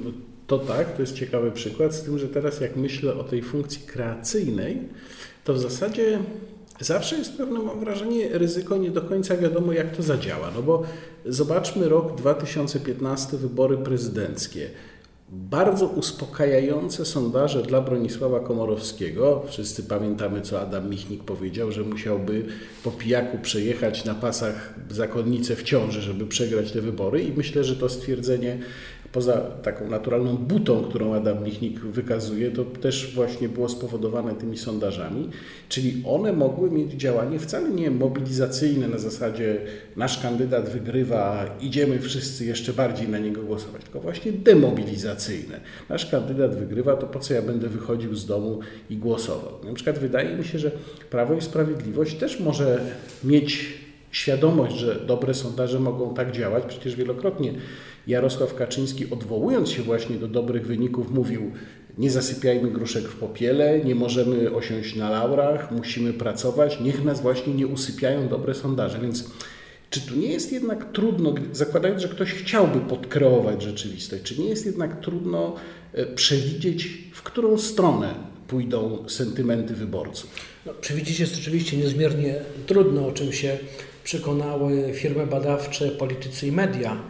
to tak, to jest ciekawy przykład, z tym, że teraz jak myślę o tej funkcji kreacyjnej, to w zasadzie zawsze jest pewne, mam wrażenie, ryzyko, nie do końca wiadomo, jak to zadziała. No bo zobaczmy rok dwa tysiące piętnasty, wybory prezydenckie. Bardzo uspokajające sondaże dla Bronisława Komorowskiego. Wszyscy pamiętamy, co Adam Michnik powiedział, że musiałby po pijaku przejechać na pasach zakonnicę w ciąży, żeby przegrać te wybory. I myślę, że to stwierdzenie, poza taką naturalną butą, którą Adam Michnik wykazuje, to też właśnie było spowodowane tymi sondażami. Czyli one mogły mieć działanie wcale nie mobilizacyjne na zasadzie nasz kandydat wygrywa, idziemy wszyscy jeszcze bardziej na niego głosować, tylko właśnie demobilizacyjne. Nasz kandydat wygrywa, to po co ja będę wychodził z domu i głosował? Na przykład wydaje mi się, że Prawo i Sprawiedliwość też może mieć świadomość, że dobre sondaże mogą tak działać. Przecież wielokrotnie Jarosław Kaczyński, odwołując się właśnie do dobrych wyników, mówił: nie zasypiajmy gruszek w popiele, nie możemy osiąść na laurach, musimy pracować, niech nas właśnie nie usypiają dobre sondaże. Więc czy tu nie jest jednak trudno, zakładając, że ktoś chciałby podkreować rzeczywistość, czy nie jest jednak trudno przewidzieć, w którą stronę pójdą sentymenty wyborców? No, przewidzieć jest oczywiście niezmiernie trudno, o czym się przekonały firmy badawcze, politycy i media,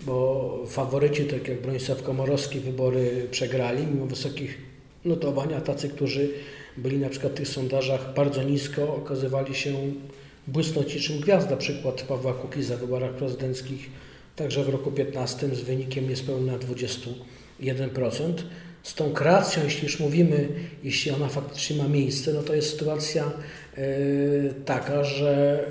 bo faworyci, tak jak Bronisław Komorowski, wybory przegrali mimo wysokich notowań, a tacy, którzy byli na przykład w tych sondażach bardzo nisko, okazywali się błysnąć niczym gwiazda. Przykład Pawła Kukiza w wyborach prezydenckich także w roku piętnastym z wynikiem niespełna dwadzieścia jeden procent. Z tą kreacją, jeśli już mówimy, jeśli ona faktycznie ma miejsce, no to jest sytuacja y, taka, że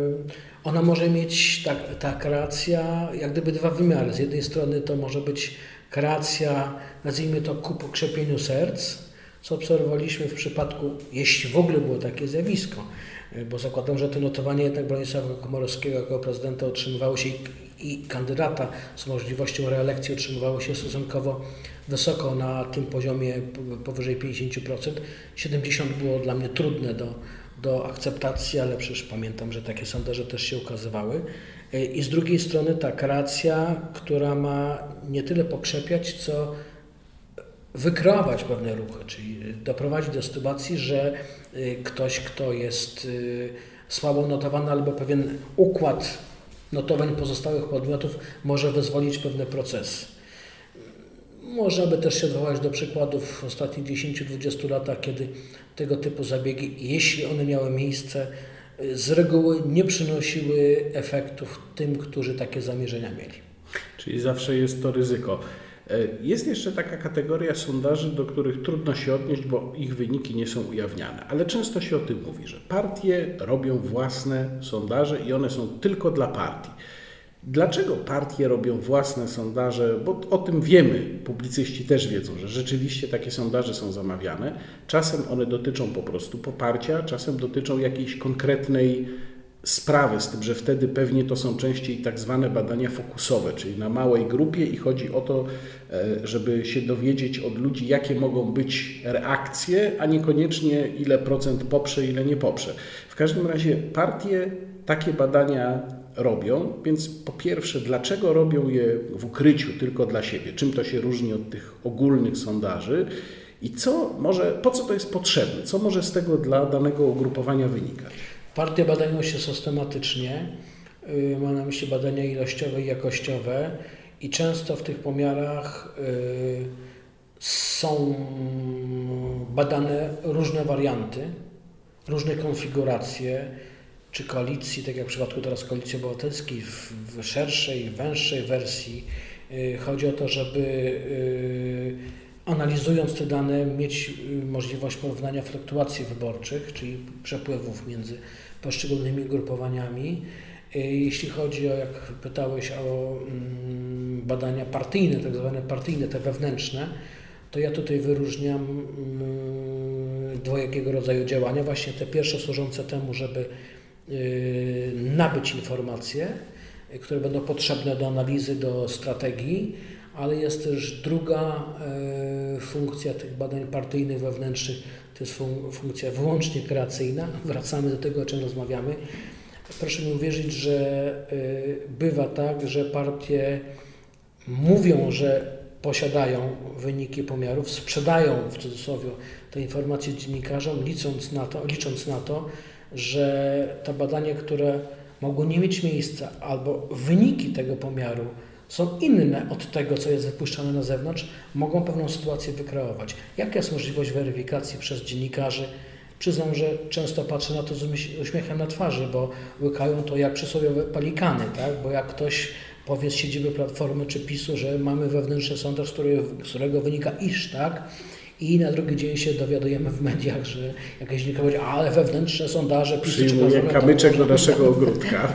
y, ona może mieć, ta, ta kreacja, jak gdyby dwa wymiary. Z jednej strony to może być kreacja, nazwijmy to, ku pokrzepieniu serc, co obserwowaliśmy w przypadku, jeśli w ogóle było takie zjawisko, bo zakładam, że te notowania jednak Bronisława Komorowskiego jako prezydenta utrzymywały się i, i kandydata z możliwością reelekcji utrzymywały się stosunkowo wysoko na tym poziomie powyżej pięćdziesiąt procent. siedemdziesiąt procent było dla mnie trudne do, do akceptacji, ale przecież pamiętam, że takie sondaże też się ukazywały. I z drugiej strony ta kreacja, która ma nie tyle pokrzepiać, co wykreować pewne ruchy, czyli doprowadzić do sytuacji, że ktoś, kto jest słabo notowany albo pewien układ notowań pozostałych podmiotów może wyzwolić pewne procesy. Można by też się odwołać do przykładów w ostatnich dziesięciu do dwudziestu latach, kiedy tego typu zabiegi, jeśli one miały miejsce, z reguły nie przynosiły efektów tym, którzy takie zamierzenia mieli. Czyli zawsze jest to ryzyko. Jest jeszcze taka kategoria sondaży, do których trudno się odnieść, bo ich wyniki nie są ujawniane. Ale często się o tym mówi, że partie robią własne sondaże i one są tylko dla partii. Dlaczego partie robią własne sondaże? Bo o tym wiemy, publicyści też wiedzą, że rzeczywiście takie sondaże są zamawiane. Czasem one dotyczą po prostu poparcia, czasem dotyczą jakiejś konkretnej sprawy, z tym, że wtedy pewnie to są częściej tak zwane badania fokusowe, czyli na małej grupie i chodzi o to, żeby się dowiedzieć od ludzi, jakie mogą być reakcje, a niekoniecznie ile procent poprze, ile nie poprze. W każdym razie partie takie badania robią, więc po pierwsze, dlaczego robią je w ukryciu tylko dla siebie? Czym to się różni od tych ogólnych sondaży? I co może, po co to jest potrzebne? Co może z tego dla danego ugrupowania wynikać? Partie badają się systematycznie, mam na myśli badania ilościowe i jakościowe i często w tych pomiarach są badane różne warianty, różne konfiguracje, czy koalicji, tak jak w przypadku teraz Koalicji Obywatelskiej, w szerszej, węższej wersji. Chodzi o to, żeby analizując te dane mieć możliwość porównania fluktuacji wyborczych, czyli przepływów między poszczególnymi grupowaniami. Jeśli chodzi o, jak pytałeś, o badania partyjne, tak zwane partyjne, te wewnętrzne, to ja tutaj wyróżniam dwojakiego rodzaju działania. Właśnie te pierwsze służące temu, żeby nabyć informacje, które będą potrzebne do analizy, do strategii, ale jest też druga funkcja tych badań partyjnych, wewnętrznych, to jest funkcja wyłącznie kreacyjna. Wracamy do tego, o czym rozmawiamy. Proszę mi uwierzyć, że bywa tak, że partie mówią, że posiadają wyniki pomiarów, sprzedają w cudzysłowie te informacje dziennikarzom, licząc na to, licząc na to, że to badanie, które mogło nie mieć miejsca, albo wyniki tego pomiaru są inne od tego, co jest wypuszczane na zewnątrz, mogą pewną sytuację wykreować. Jaka jest możliwość weryfikacji przez dziennikarzy? Przyznam, że często patrzę na to z uśmiechem na twarzy, bo łykają to jak przysłowiowe palikany, tak? Bo jak ktoś powie z siedziby Platformy czy PiSu, że mamy wewnętrzny sondaż, z którego, z którego wynika iż, tak? I na drugi dzień się dowiadujemy w mediach, że jakaś dziennikarz powiedział, ale wewnętrzne sondaże PiSu... Przyjmuje kamyczek do naszego ogródka.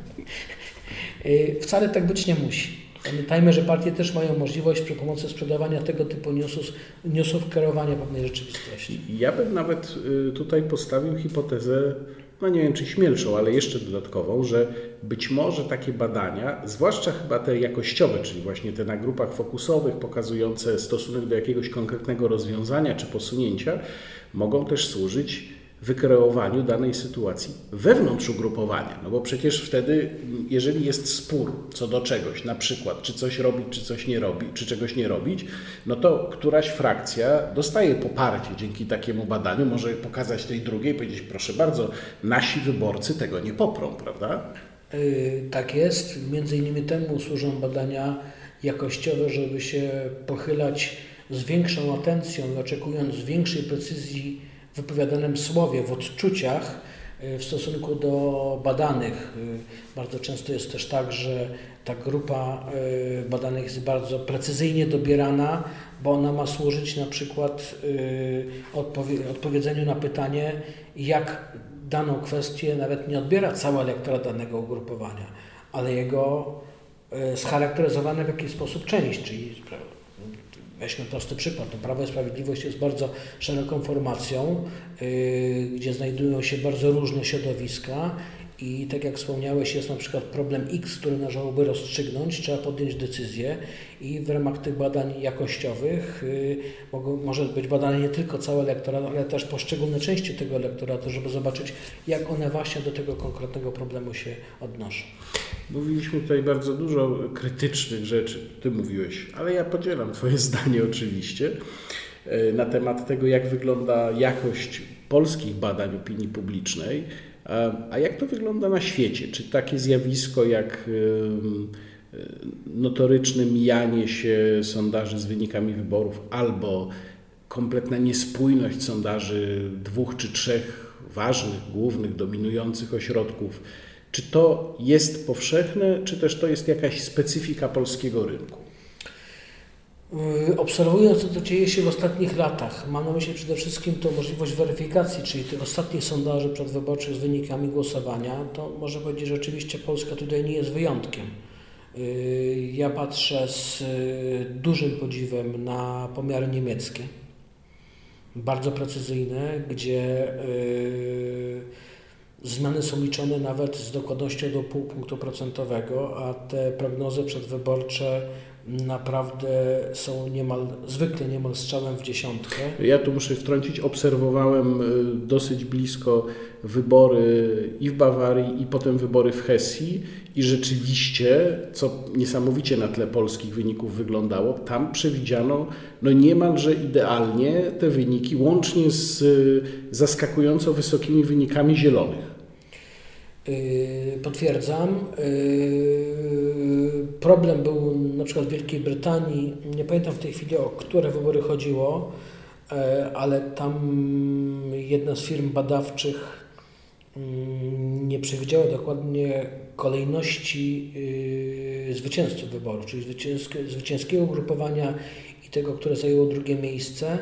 Wcale tak być nie musi. Pamiętajmy, że partie też mają możliwość przy pomocy sprzedawania tego typu newsów, newsów kierowania pewnej rzeczywistości. Ja bym nawet tutaj postawił hipotezę, no nie wiem czy śmielszą, ale jeszcze dodatkową, że być może takie badania, zwłaszcza chyba te jakościowe, czyli właśnie te na grupach fokusowych pokazujące stosunek do jakiegoś konkretnego rozwiązania czy posunięcia, mogą też służyć wykreowaniu danej sytuacji wewnątrz ugrupowania. No bo przecież wtedy, jeżeli jest spór co do czegoś, na przykład czy coś robić, czy coś nie robić, czy czegoś nie robić, no to któraś frakcja dostaje poparcie dzięki takiemu badaniu, może pokazać tej drugiej i powiedzieć, proszę bardzo, nasi wyborcy tego nie poprą, prawda? Yy, tak jest. Między innymi temu służą badania jakościowe, żeby się pochylać z większą atencją i oczekując większej precyzji w wypowiadanym słowie, w odczuciach w stosunku do badanych. Bardzo często jest też tak, że ta grupa badanych jest bardzo precyzyjnie dobierana, bo ona ma służyć na przykład odpowie- odpowiedzeniu na pytanie, jak daną kwestię nawet nie odbiera cały elektorat danego ugrupowania, ale jego scharakteryzowane w jakiś sposób część, czyli weźmy prosty przykład. To Prawo i Sprawiedliwość jest bardzo szeroką formacją, yy, gdzie znajdują się bardzo różne środowiska i tak jak wspomniałeś, jest na przykład problem X, który należałoby rozstrzygnąć, trzeba podjąć decyzję i w ramach tych badań jakościowych yy, mogą, może być badany nie tylko cały elektorat, ale też poszczególne części tego elektoratu, żeby zobaczyć, jak one właśnie do tego konkretnego problemu się odnoszą. Mówiliśmy tutaj bardzo dużo krytycznych rzeczy, ty mówiłeś, ale ja podzielam twoje zdanie oczywiście na temat tego, jak wygląda jakość polskich badań opinii publicznej, a jak to wygląda na świecie. Czy takie zjawisko jak notoryczne mijanie się sondaży z wynikami wyborów albo kompletna niespójność sondaży dwóch czy trzech ważnych, głównych, dominujących ośrodków. Czy to jest powszechne, czy też to jest jakaś specyfika polskiego rynku? Obserwując to, co dzieje się w ostatnich latach, mam na myśli przede wszystkim tą możliwość weryfikacji, czyli tych ostatnich sondaży przedwyborczych z wynikami głosowania, to można powiedzieć, że oczywiście Polska tutaj nie jest wyjątkiem. Ja patrzę z dużym podziwem na pomiary niemieckie, bardzo precyzyjne, gdzie zmiany są liczone nawet z dokładnością do pół punktu procentowego, a te prognozy przedwyborcze naprawdę są niemal, zwykle niemal strzałem w dziesiątkę. Ja tu muszę wtrącić, obserwowałem dosyć blisko wybory i w Bawarii, i potem wybory w Hesji i rzeczywiście, co niesamowicie na tle polskich wyników wyglądało, tam przewidziano no niemalże idealnie te wyniki, łącznie z zaskakująco wysokimi wynikami zielonych. Potwierdzam. Problem był na przykład w Wielkiej Brytanii, nie pamiętam w tej chwili, o które wybory chodziło, ale tam jedna z firm badawczych nie przewidziała dokładnie kolejności zwycięzców wyborów, czyli zwycięskiego ugrupowania i tego, które zajęło drugie miejsce.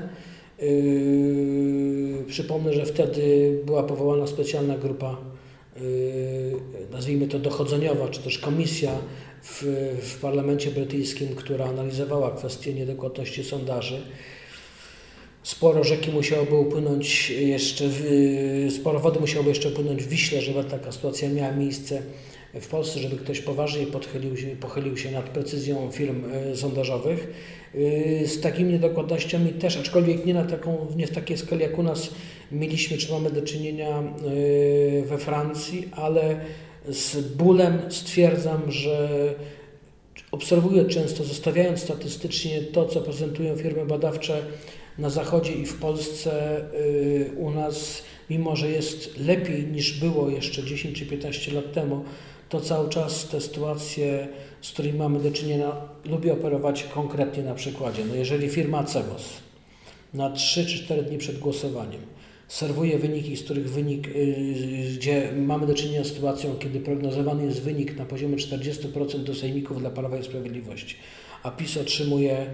Przypomnę, że wtedy była powołana specjalna grupa, nazwijmy to dochodzeniowa, czy też komisja w, w parlamencie brytyjskim, która analizowała kwestię niedokładności sondaży. Sporo rzeki musiałoby upłynąć jeszcze, w, sporo wody musiałoby jeszcze upłynąć w Wiśle, żeby taka sytuacja miała miejsce w Polsce, żeby ktoś poważnie pochylił się, pochylił się nad precyzją firm sondażowych. Z takimi niedokładnościami też, aczkolwiek nie, na taką, nie w takiej skali jak u nas mieliśmy, czy mamy do czynienia we Francji, ale z bólem stwierdzam, że obserwuję często, zostawiając statystycznie to, co prezentują firmy badawcze na Zachodzie i w Polsce, u nas, mimo że jest lepiej niż było jeszcze dziesięć czy piętnaście lat temu, to cały czas te sytuacje, z którymi mamy do czynienia, lubię operować konkretnie na przykładzie. No jeżeli firma Cebos na trzy czy cztery dni przed głosowaniem serwuje wyniki, z których wynik, gdzie mamy do czynienia z sytuacją, kiedy prognozowany jest wynik na poziomie czterdzieści procent do sejmików dla Prawa i Sprawiedliwości, a PiS otrzymuje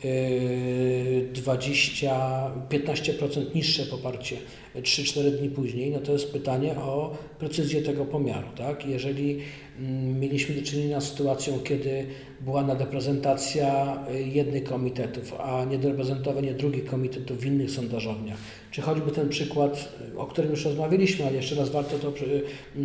dwadzieścia, piętnaście procent niższe poparcie trzy cztery dni później, no to jest pytanie o precyzję tego pomiaru. Tak? Jeżeli mieliśmy do czynienia z sytuacją, kiedy była nadreprezentacja jednych komitetów, a niedoreprezentowanie drugich komitetów w innych sondażowniach, czy choćby ten przykład, o którym już rozmawialiśmy, ale jeszcze raz warto to przy,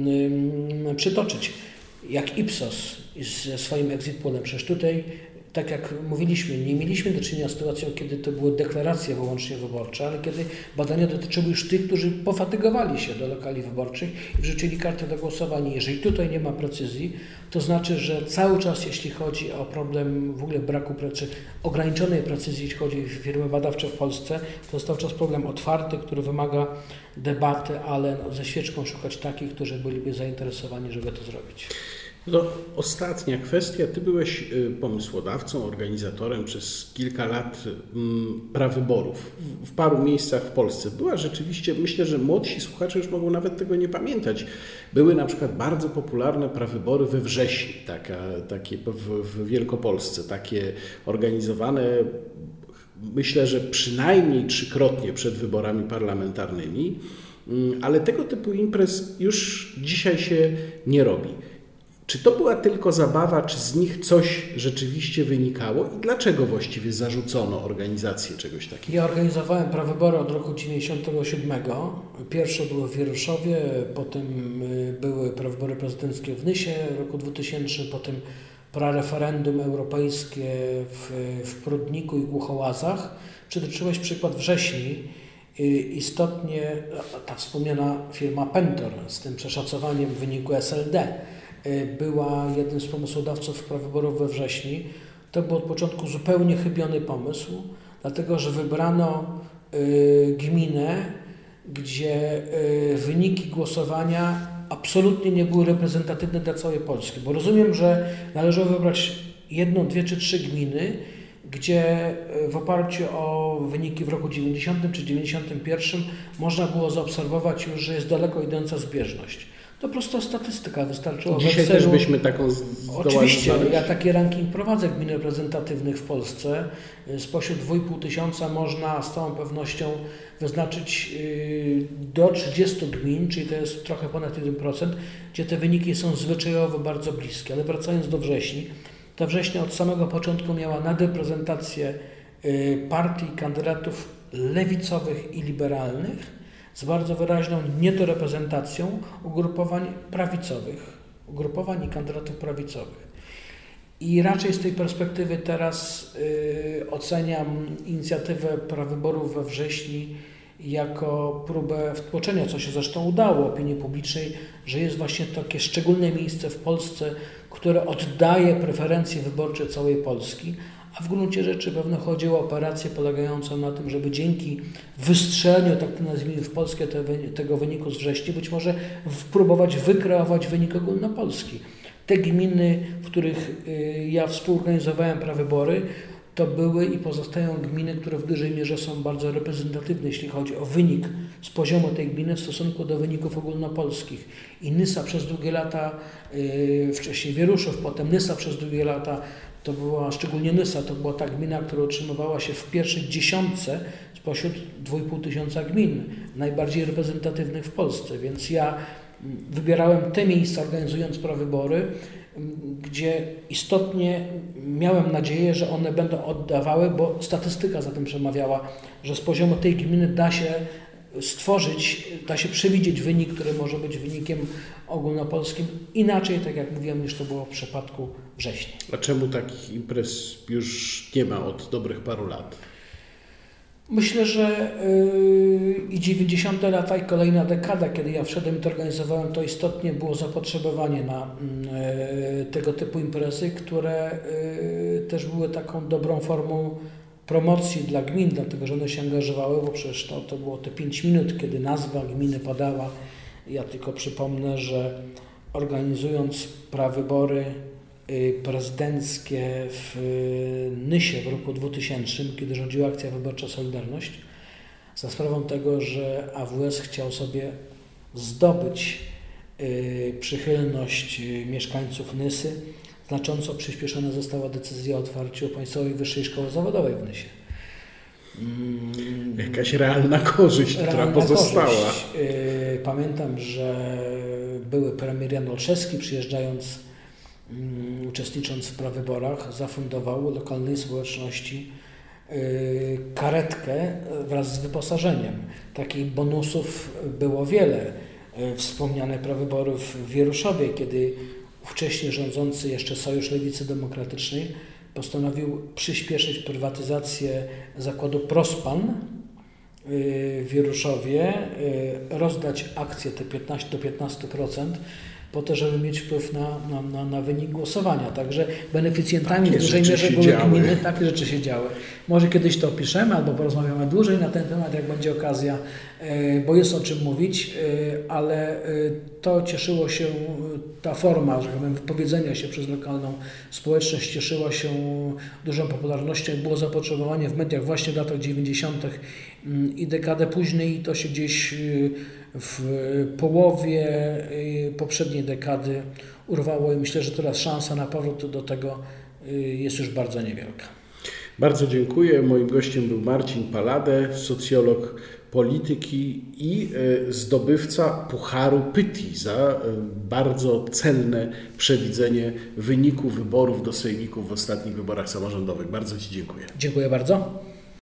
um, przytoczyć, jak Ipsos ze swoim exit polem. Przecież tutaj, tak jak mówiliśmy, nie mieliśmy do czynienia z sytuacją, kiedy to były deklaracje wyłącznie wyborcze, ale kiedy badania dotyczyły już tych, którzy pofatygowali się do lokali wyborczych i wrzucili kartę do głosowania. Jeżeli tutaj nie ma precyzji, to znaczy, że cały czas, jeśli chodzi o problem w ogóle braku pracy, ograniczonej precyzji, jeśli chodzi o firmy badawcze w Polsce, to jest cały czas problem otwarty, który wymaga debaty, ale ze świeczką szukać takich, którzy byliby zainteresowani, żeby to zrobić. No, ostatnia kwestia. Ty byłeś pomysłodawcą, organizatorem przez kilka lat prawyborów w paru miejscach w Polsce. Była rzeczywiście, myślę, że młodsi słuchacze już mogą nawet tego nie pamiętać. Były na przykład bardzo popularne prawybory we wrześniu, taka, takie w, w Wielkopolsce, takie organizowane, myślę, że przynajmniej trzykrotnie przed wyborami parlamentarnymi, ale tego typu imprez już dzisiaj się nie robi. Czy to była tylko zabawa, czy z nich coś rzeczywiście wynikało i dlaczego właściwie zarzucono organizację czegoś takiego? Ja organizowałem prawybory od roku dziewięćdziesiątego siódmego. Pierwsze były w Wieruszowie, potem były prawybory prezydenckie w Nysie w roku dwutysięcznym, potem prareferendum europejskie w, w Prudniku i Głuchołazach. Przytoczyłeś przykład wrześni. Istotnie ta wspomniana firma Pentor z tym przeszacowaniem wyniku S L D była jednym z pomysłodawców prawyborów we wrześniu. To był od początku zupełnie chybiony pomysł, dlatego że wybrano y, gminę, gdzie y, wyniki głosowania absolutnie nie były reprezentatywne dla całej Polski, bo rozumiem, że należało wybrać jedną, dwie czy trzy gminy, gdzie w oparciu o wyniki w roku dziewięćdziesiątym czy dziewięćdziesiątym pierwszym można było zaobserwować już, że jest daleko idąca zbieżność. To prosta statystyka, wystarczyło Dzisiaj w Excelu. też byśmy taką zdołali Oczywiście, znaleźć. ja taki ranking prowadzę gmin reprezentatywnych w Polsce. Spośród dwa i pół tysiąca można z całą pewnością wyznaczyć do trzydziestu gmin, czyli to jest trochę ponad jeden procent, gdzie te wyniki są zwyczajowo bardzo bliskie. Ale wracając do Wrześni, ta Września od samego początku miała nadreprezentację partii i kandydatów lewicowych i liberalnych, z bardzo wyraźną niedoreprezentacją ugrupowań prawicowych, ugrupowań i kandydatów prawicowych. I raczej z tej perspektywy teraz y, oceniam inicjatywę prawyborów we wrześniu jako próbę wtłoczenia, co się zresztą udało opinii publicznej, że jest właśnie takie szczególne miejsce w Polsce, które oddaje preferencje wyborcze całej Polski, a w gruncie rzeczy pewno chodzi o operację polegającą na tym, żeby dzięki wystrzeleniu, tak to nazwijmy, w Polskę te, tego wyniku z września, być może próbować wykreować wynik ogólnopolski. Te gminy, w których ja współorganizowałem prawybory, to były i pozostają gminy, które w dużej mierze są bardzo reprezentatywne, jeśli chodzi o wynik z poziomu tej gminy w stosunku do wyników ogólnopolskich. I Nysa przez długie lata, yy, wcześniej Wieruszów, potem Nysa przez długie lata, to była, szczególnie Nysa, to była ta gmina, która utrzymywała się w pierwszej dziesiątce spośród dwa i pół tysiąca gmin, najbardziej reprezentatywnych w Polsce. Więc ja wybierałem te miejsca, organizując prawybory, gdzie istotnie miałem nadzieję, że one będą oddawały, bo statystyka za tym przemawiała, że z poziomu tej gminy da się stworzyć, da się przewidzieć wynik, który może być wynikiem ogólnopolskim. Inaczej, tak jak mówiłem, niż to było w przypadku września. A czemu takich imprez już nie ma od dobrych paru lat? Myślę, że yy, i dziewięćdziesiąte lata i kolejna dekada, kiedy ja wszedłem i to organizowałem, to istotnie było zapotrzebowanie na yy, tego typu imprezy, które yy, też były taką dobrą formą promocji dla gmin, dlatego że one się angażowały, bo przecież to, to było te pięć minut, kiedy nazwa gminy padała. Ja tylko przypomnę, że organizując prawybory prezydenckie w Nysie w roku dwutysięcznym, kiedy rządziła akcja wyborcza Solidarność, za sprawą tego, że A W S chciał sobie zdobyć przychylność mieszkańców Nysy, znacząco przyspieszona została decyzja o otwarciu Państwowej Wyższej Szkoły Zawodowej w Nysie. Jakaś realna korzyść, realna która pozostała. Korzyść. Pamiętam, że były premier Jan Olszewski, przyjeżdżając, uczestnicząc w prawyborach, zafundował lokalnej społeczności karetkę wraz z wyposażeniem. Takich bonusów było wiele. Wspomniane prawybory w Wieruszowie, kiedy wcześniej rządzący jeszcze Sojusz Lewicy Demokratycznej postanowił przyspieszyć prywatyzację zakładu Prospan w Wieruszowie, rozdać akcje te piętnaście do piętnastu procent po to, żeby mieć wpływ na, na, na, na wynik głosowania. Także beneficjentami takie w dużej mierze były gminy, takie rzeczy się działy. Może kiedyś to opiszemy albo porozmawiamy dłużej na ten temat, jak będzie okazja, bo jest o czym mówić, ale to cieszyło się, ta forma, że tak powiem, wypowiedzenia się przez lokalną społeczność cieszyła się dużą popularnością i było zapotrzebowanie w mediach właśnie w latach dziewięćdziesiątych i dekadę później, i to się gdzieś w połowie poprzedniej dekady urwało i myślę, że teraz szansa na powrót do tego jest już bardzo niewielka. Bardzo dziękuję. Moim gościem był Marcin Palade, socjolog polityki i zdobywca Pucharu Pytii za bardzo celne przewidzenie wyniku wyborów do sejmików w ostatnich wyborach samorządowych. Bardzo Ci dziękuję. Dziękuję bardzo.